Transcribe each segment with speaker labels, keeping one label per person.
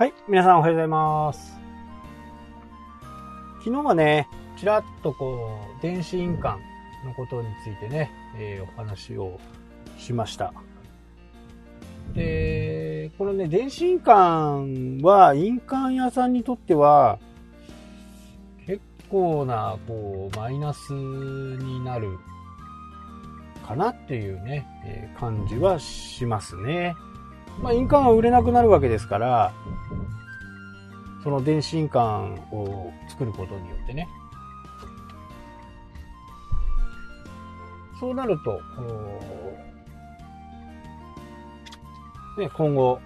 Speaker 1: はい、皆さんおはようございます。昨日はね、ちらっと電子印鑑のことについてね、お話をしました。で、このね、電子印鑑は印鑑屋さんにとっては結構なマイナスになるかなっていうね、感じはしますね。印鑑が売れなくなるわけですから、その電子印鑑を作ることによってね、そうなると、今後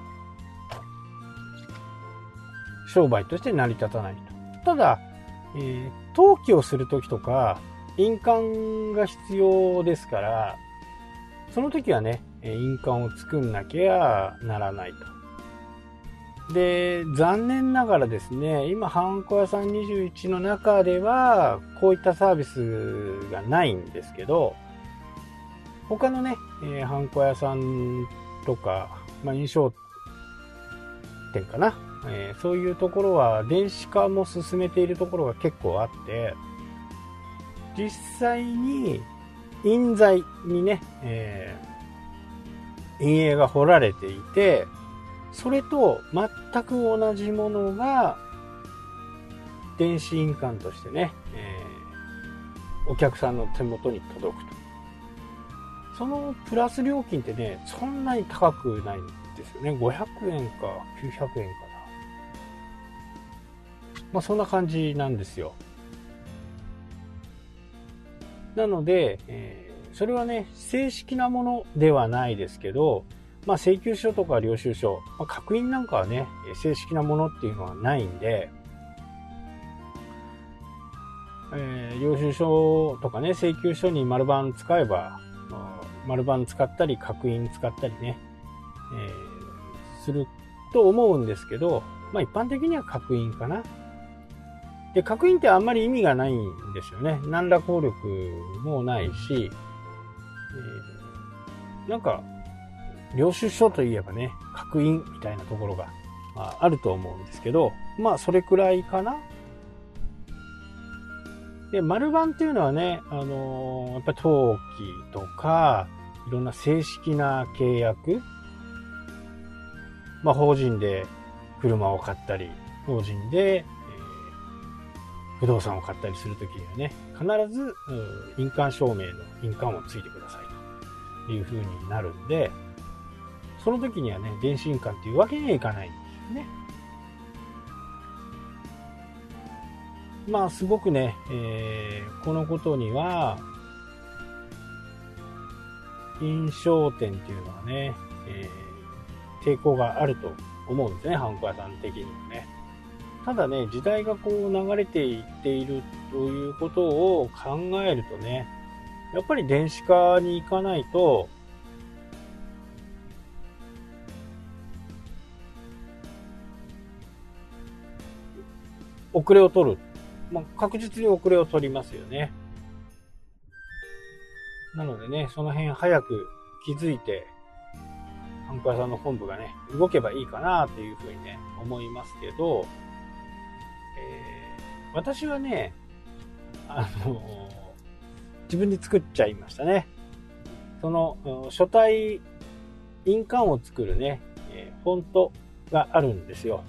Speaker 1: 商売として成り立たないと。ただ、登記をするときとか印鑑が必要ですから、その時はね、印鑑を作んなきゃならないと。で、残念ながらですね、今ハンコ屋さん21の中ではこういったサービスがないんですけど、他のね、ハンコ屋さんとか、印章店かな、そういうところは電子化も進めているところが結構あって、実際に印材にね、印影が彫られていて、それと全く同じものが電子印鑑としてね、お客さんの手元に届くと。そのプラス料金ってね、そんなに高くないんですよね。500円か900円かな。そんな感じなんですよ。なので、それはね、正式なものではないですけど、請求書とか領収書、確印なんかはね、正式なものっていうのはないんで、領収書とかね、請求書に丸番使えば、丸番使ったり、確印使ったりね、すると思うんですけど、一般的には確印かな。で、確印ってあんまり意味がないんですよね。何ら効力もないし、領収書といえばね、確印みたいなところがあると思うんですけど、それくらいかな。で、丸番っていうのはね、やっぱり登記とか、いろんな正式な契約、法人で車を買ったり、法人で、不動産を買ったりするときにはね、必ず印鑑証明の印鑑をついてくださいという風になるんで、その時にはね、電子印鑑っていうわけにはいかないんですよね。すごくね、このことには、印章店っていうのはね、抵抗があると思うんですね、ハンコ屋さん的にもね。ただね、時代が流れていっているということを考えるとね、やっぱり電子化に行かないと、遅れを取る。確実に遅れを取りますよね。なのでね、その辺早く気づいて、ハンコ屋さんの本部がね、動けばいいかなというふうにね、思いますけど、私はね、自分で作っちゃいましたね。その書体、印鑑を作るね、フォントがあるんですよ。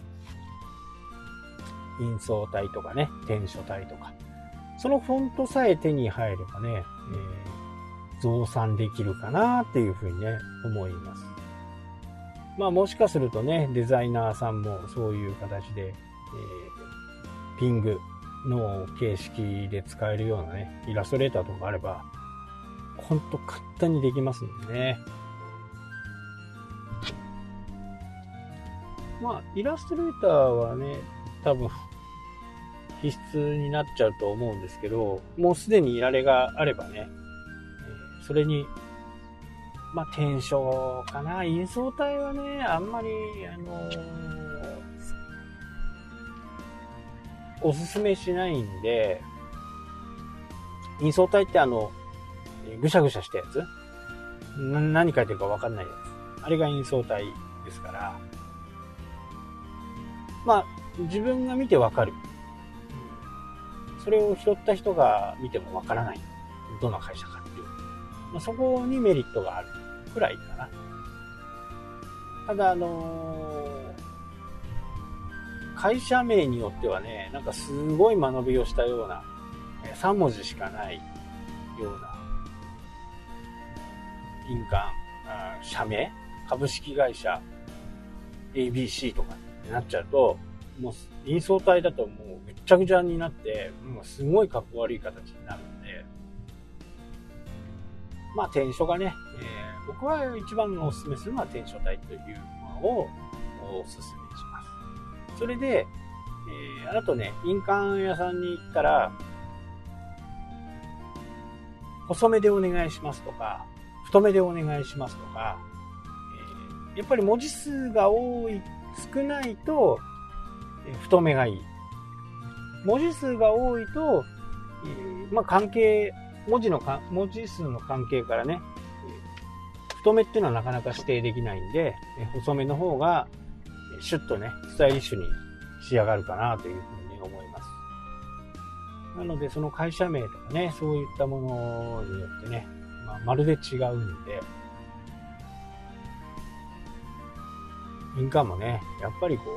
Speaker 1: 印相体とかね、篆書体とか。そのフォントさえ手に入ればね、増産できるかなっていうふうにね、思います。もしかするとね、デザイナーさんもそういう形で、ピングの形式で使えるようなね、イラストレーターとかあれば、ほんと簡単にできますんでね。イラストレーターはね、多分、必須になっちゃうと思うんですけど、もうすでにいられがあればね、それに、篆書かな、印相体はね、あんまり、おすすめしないんで、印相体ってぐしゃぐしゃしたやつ、何書いてるか分かんないやつ、あれが印相体ですから、 まあ、自分が見てわかる。それを拾った人が見てもわからない。どの会社かっていう。まあ、そこにメリットがあるくらいかな。ただ、会社名によってはね、なんかすごい間延びをしたような、3文字しかないような、印鑑、社名、株式会社 ABC とかになっちゃうと、もう印相体だともうぐっちゃぐちゃになって、もうすごいかっこ悪い形になるので、まあ篆書がね、僕は一番お勧めするのは篆書体というものをお勧めします。それで、あとね、印鑑屋さんに行ったら、細めでお願いしますとか、太めでお願いしますとか、やっぱり文字数が少ないと、太めがいい。文字数が多いと、まあ文字数の関係からね、太めっていうのはなかなか指定できないんで、細めの方がシュッとね、スタイリッシュに仕上がるかなというふうに思います。なのでその会社名とかね、そういったものによってね、まるで違うんで、印鑑もね、やっぱりこ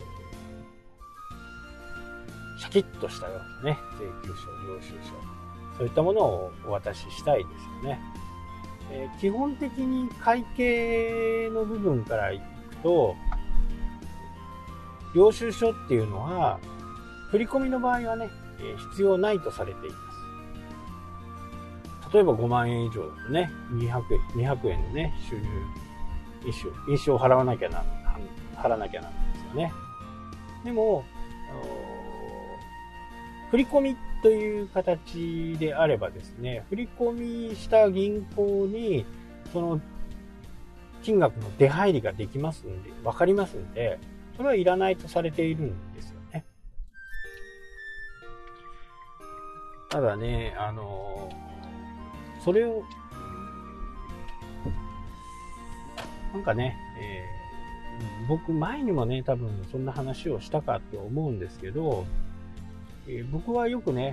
Speaker 1: うシャキッとしたようなね、請求書、領収書、そういったものをお渡ししたいですよね。基本的に会計の部分からいくと、領収書っていうのは振込の場合はね、必要ないとされています。例えば5万円以上だとね、200円のね、収入印紙を払わなきゃなんですよね。でも振込という形であればですね、振込した銀行にその金額の出入りができますんで、わかりますんで、それはいらないとされているんですよね。ただね、それをなんかね、僕前にもね、多分そんな話をしたかと思うんですけど、僕はよくね、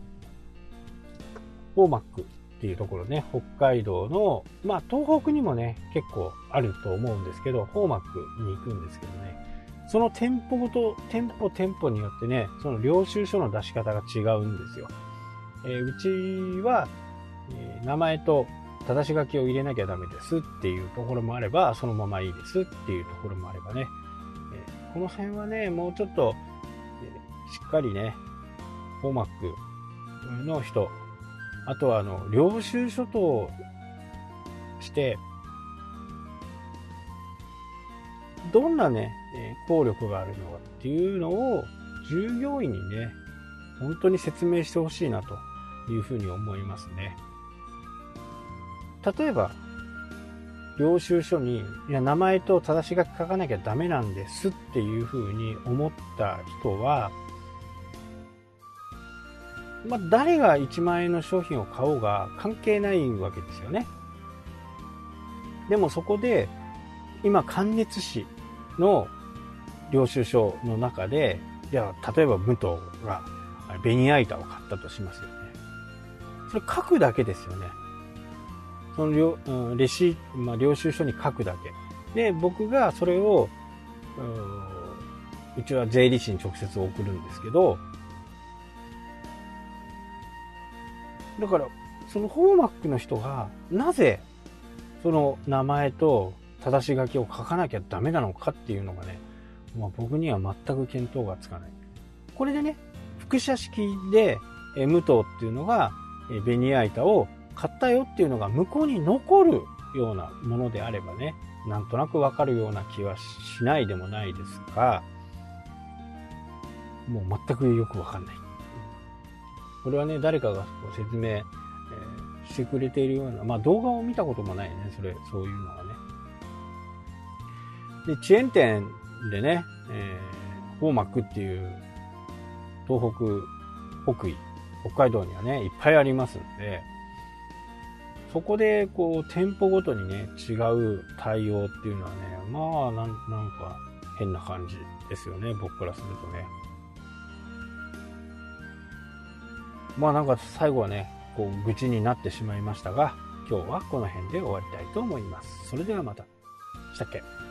Speaker 1: フォーマックっていうところね、北海道の、まあ東北にもね、結構あると思うんですけど、フォーマックに行くんですけどね、その店舗によってね、その領収書の出し方が違うんですよ。うちは、名前と正し書きを入れなきゃダメですっていうところもあれば、そのままいいですっていうところもあればね、この辺はね、もうちょっと、しっかりね、フォーマックの人、あとは領収書としてどんなね、効力があるのかっていうのを従業員にね、本当に説明してほしいなというふうに思いますね。例えば領収書に名前と正し書き書かなきゃダメなんですっていうふうに思った人は、誰が1万円の商品を買おうが関係ないわけですよね。でもそこで今関熱紙の領収書の中で、じゃあ例えば武藤がベニヤ板を買ったとしますよね。それ書くだけですよね。その領収書に書くだけで、僕がそれをうちは税理士に直接送るんですけど、だからそのフォーマックの人がなぜその名前と正し書きを書かなきゃダメなのかっていうのがね、僕には全く見当がつかない。これでね、複写式で武藤っていうのがベニヤ板を買ったよっていうのが向こうに残るようなものであればね、なんとなくわかるような気はしないでもないですが、もう全くよくわかんない。これはね、誰かが説明、してくれているような、動画を見たこともないね、そういうのはね。で、チェーン店でね、フォーマックっていう東北、北海道にはね、いっぱいありますんで、そこでこう店舗ごとにね、違う対応っていうのはね、なんか変な感じですよね、僕からするとね。まあなんか最後はね、こう愚痴になってしまいましたが、今日はこの辺で終わりたいと思います。それではまた。したっけ。